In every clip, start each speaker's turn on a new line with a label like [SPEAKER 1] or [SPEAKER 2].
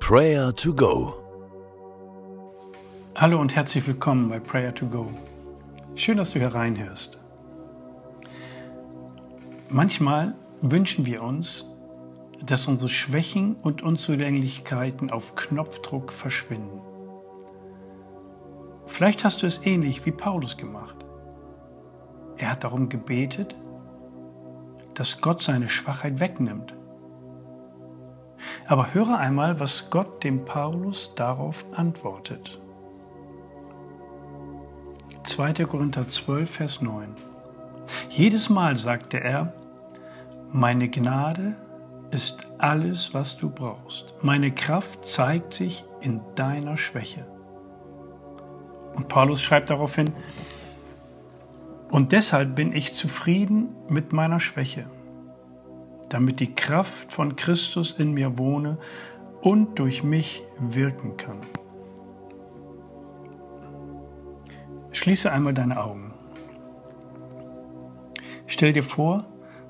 [SPEAKER 1] Prayer to Go.
[SPEAKER 2] Hallo und herzlich willkommen bei Prayer to Go. Schön, dass du hier reinhörst. Manchmal wünschen wir uns, dass unsere Schwächen und Unzulänglichkeiten auf Knopfdruck verschwinden. Vielleicht hast du es ähnlich wie Paulus gemacht. Er hat darum gebetet, dass Gott seine Schwachheit wegnimmt. Aber höre einmal, was Gott dem Paulus darauf antwortet. 2. Korinther 12, Vers 9. Jedes Mal sagte er, meine Gnade ist alles, was du brauchst. Meine Kraft zeigt sich in deiner Schwäche. Und Paulus schreibt daraufhin, und deshalb bin ich zufrieden mit meiner Schwäche, damit die Kraft von Christus in mir wohne und durch mich wirken kann. Schließe einmal deine Augen. Stell dir vor,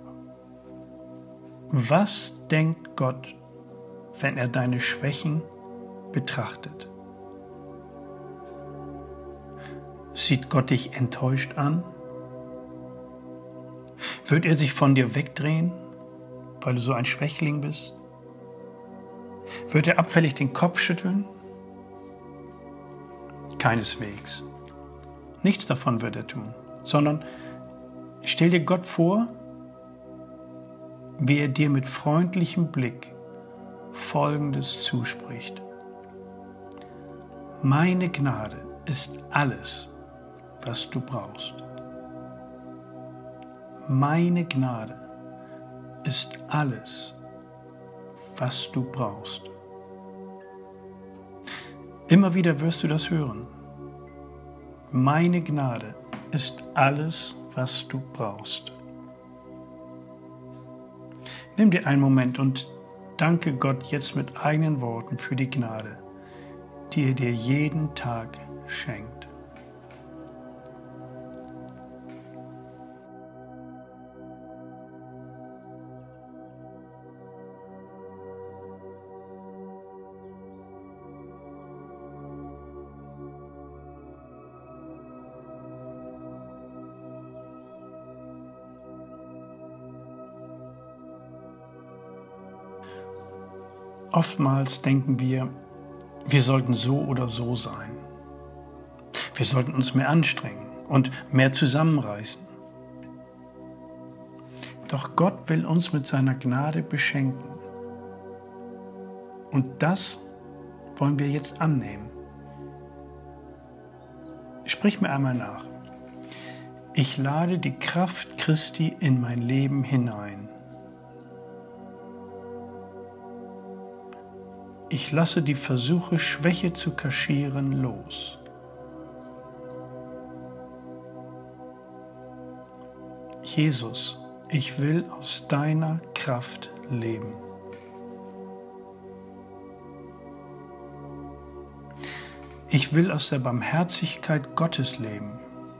[SPEAKER 2] was denkt Gott, wenn er deine Schwächen betrachtet? Sieht Gott dich enttäuscht an? Wird er sich von dir wegdrehen, weil du so ein Schwächling bist? Wird er abfällig den Kopf schütteln? Keineswegs. Nichts davon wird er tun, sondern stell dir Gott vor, wie er dir mit freundlichem Blick Folgendes zuspricht. Meine Gnade ist alles, was du brauchst. Meine Gnade ist alles, was du brauchst. Immer wieder wirst du das hören. Meine Gnade ist alles, was du brauchst. Nimm dir einen Moment und danke Gott jetzt mit eigenen Worten für die Gnade, die er dir jeden Tag schenkt. Oftmals denken wir sollten so oder so sein. Wir sollten uns mehr anstrengen und mehr zusammenreißen. Doch Gott will uns mit seiner Gnade beschenken. Und das wollen wir jetzt annehmen. Sprich mir einmal nach. Ich lade die Kraft Christi in mein Leben hinein. Ich lasse die Versuche, Schwäche zu kaschieren, los. Jesus, ich will aus deiner Kraft leben. Ich will aus der Barmherzigkeit Gottes leben.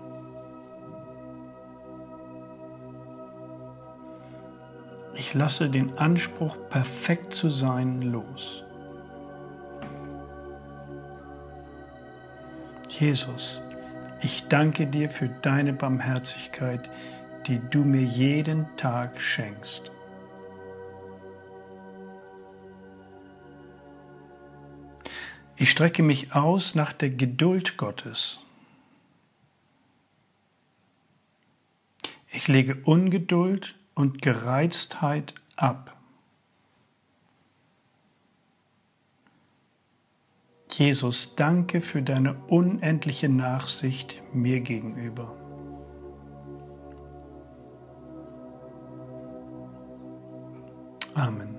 [SPEAKER 2] Ich lasse den Anspruch, perfekt zu sein, los. Jesus, ich danke dir für deine Barmherzigkeit, die du mir jeden Tag schenkst. Ich strecke mich aus nach der Geduld Gottes. Ich lege Ungeduld und Gereiztheit ab. Jesus, danke für deine unendliche Nachsicht mir gegenüber. Amen.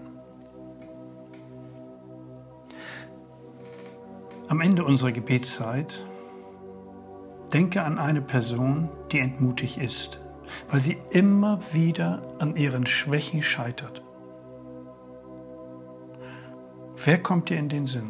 [SPEAKER 2] Am Ende unserer Gebetszeit denke an eine Person, die entmutigt ist, weil sie immer wieder an ihren Schwächen scheitert. Wer kommt dir in den Sinn?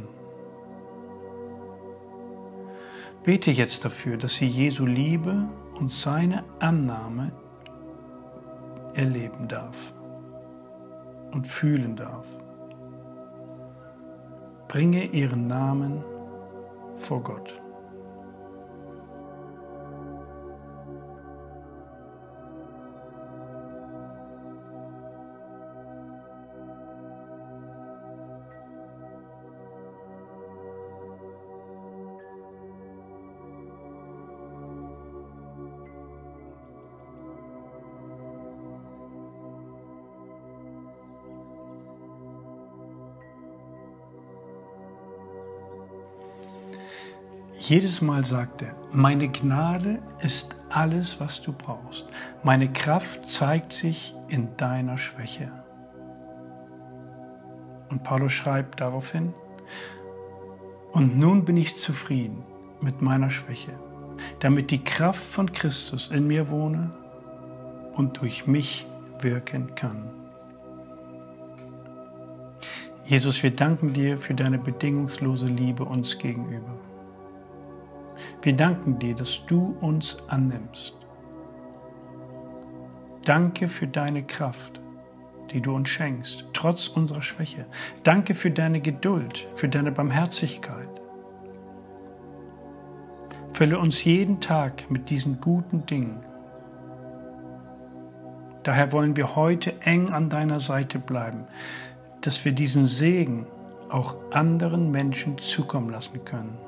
[SPEAKER 2] Bete jetzt dafür, dass sie Jesu Liebe und seine Annahme erleben darf und fühlen darf. bringe ihren Namen vor Gott. Jedes Mal sagt er, meine Gnade ist alles, was du brauchst. Meine Kraft zeigt sich in deiner Schwäche. Und Paulus schreibt daraufhin, und nun bin ich zufrieden mit meiner Schwäche, damit die Kraft von Christus in mir wohne und durch mich wirken kann. Jesus, wir danken dir für deine bedingungslose Liebe uns gegenüber. Wir danken dir, dass du uns annimmst. Danke für deine Kraft, die du uns schenkst, trotz unserer Schwäche. Danke für deine Geduld, für deine Barmherzigkeit. Fülle uns jeden Tag mit diesen guten Dingen. Daher wollen wir heute eng an deiner Seite bleiben, dass wir diesen Segen auch anderen Menschen zukommen lassen können.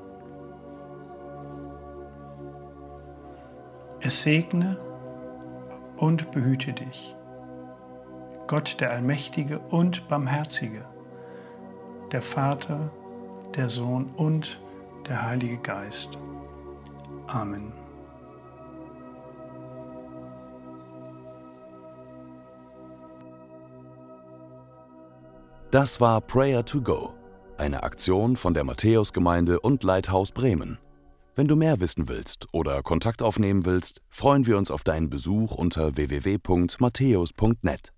[SPEAKER 2] Es segne und behüte dich, Gott der Allmächtige und Barmherzige, der Vater, der Sohn und der Heilige Geist. Amen.
[SPEAKER 1] Das war Prayer to Go, eine Aktion von der Matthäusgemeinde und Lighthouse Bremen. Wenn du mehr wissen willst oder Kontakt aufnehmen willst, freuen wir uns auf deinen Besuch unter www.matthäus.net.